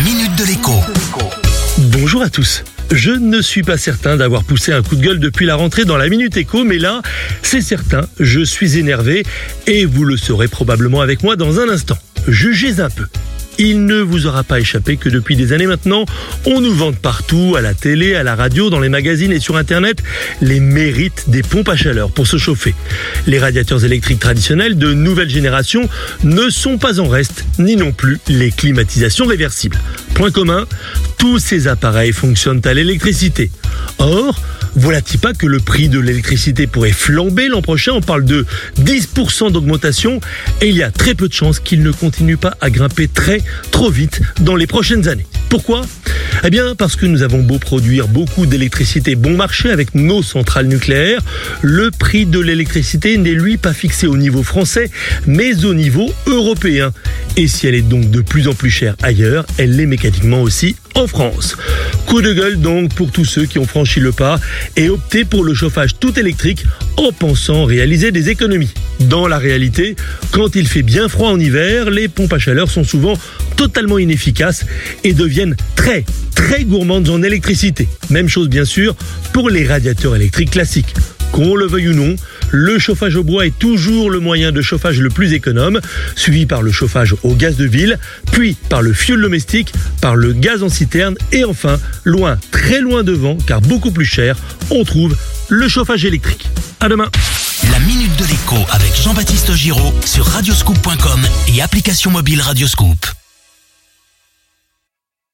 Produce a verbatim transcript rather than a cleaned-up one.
Minute de l'écho. Bonjour à tous. Je ne suis pas certain d'avoir poussé un coup de gueule depuis la rentrée dans la Minute Écho, mais là, c'est certain, je suis énervé et vous le saurez probablement avec moi dans un instant. Jugez un peu. Il ne vous aura pas échappé que depuis des années maintenant, on nous vante partout, à la télé, à la radio, dans les magazines et sur Internet, les mérites des pompes à chaleur pour se chauffer. Les radiateurs électriques traditionnels de nouvelle génération ne sont pas en reste, ni non plus les climatisations réversibles. Point commun, tous ces appareils fonctionnent à l'électricité. Or, voilà-t-il pas que le prix de l'électricité pourrait flamber l'an prochain? On parle de dix pour cent d'augmentation et il y a très peu de chances qu'il ne continue pas à grimper très, trop vite dans les prochaines années. Pourquoi ? Eh bien, parce que nous avons beau produire beaucoup d'électricité bon marché avec nos centrales nucléaires, le prix de l'électricité n'est lui pas fixé au niveau français, mais au niveau européen. Et si elle est donc de plus en plus chère ailleurs, elle l'est mécaniquement aussi en France. Coup de gueule donc pour tous ceux qui ont franchi le pas et opté pour le chauffage tout électrique en pensant réaliser des économies. Dans la réalité, quand il fait bien froid en hiver, les pompes à chaleur sont souvent totalement inefficaces et deviennent très, très gourmandes en électricité. Même chose bien sûr pour les radiateurs électriques classiques. Qu'on le veuille ou non, le chauffage au bois est toujours le moyen de chauffage le plus économe, suivi par le chauffage au gaz de ville, puis par le fioul domestique, par le gaz en citerne et enfin, loin, très loin devant, car beaucoup plus cher, on trouve le chauffage électrique. À demain. La Minute de l'écho avec Jean-Baptiste Giraud sur radioscoop point com et application mobile Radioscoop.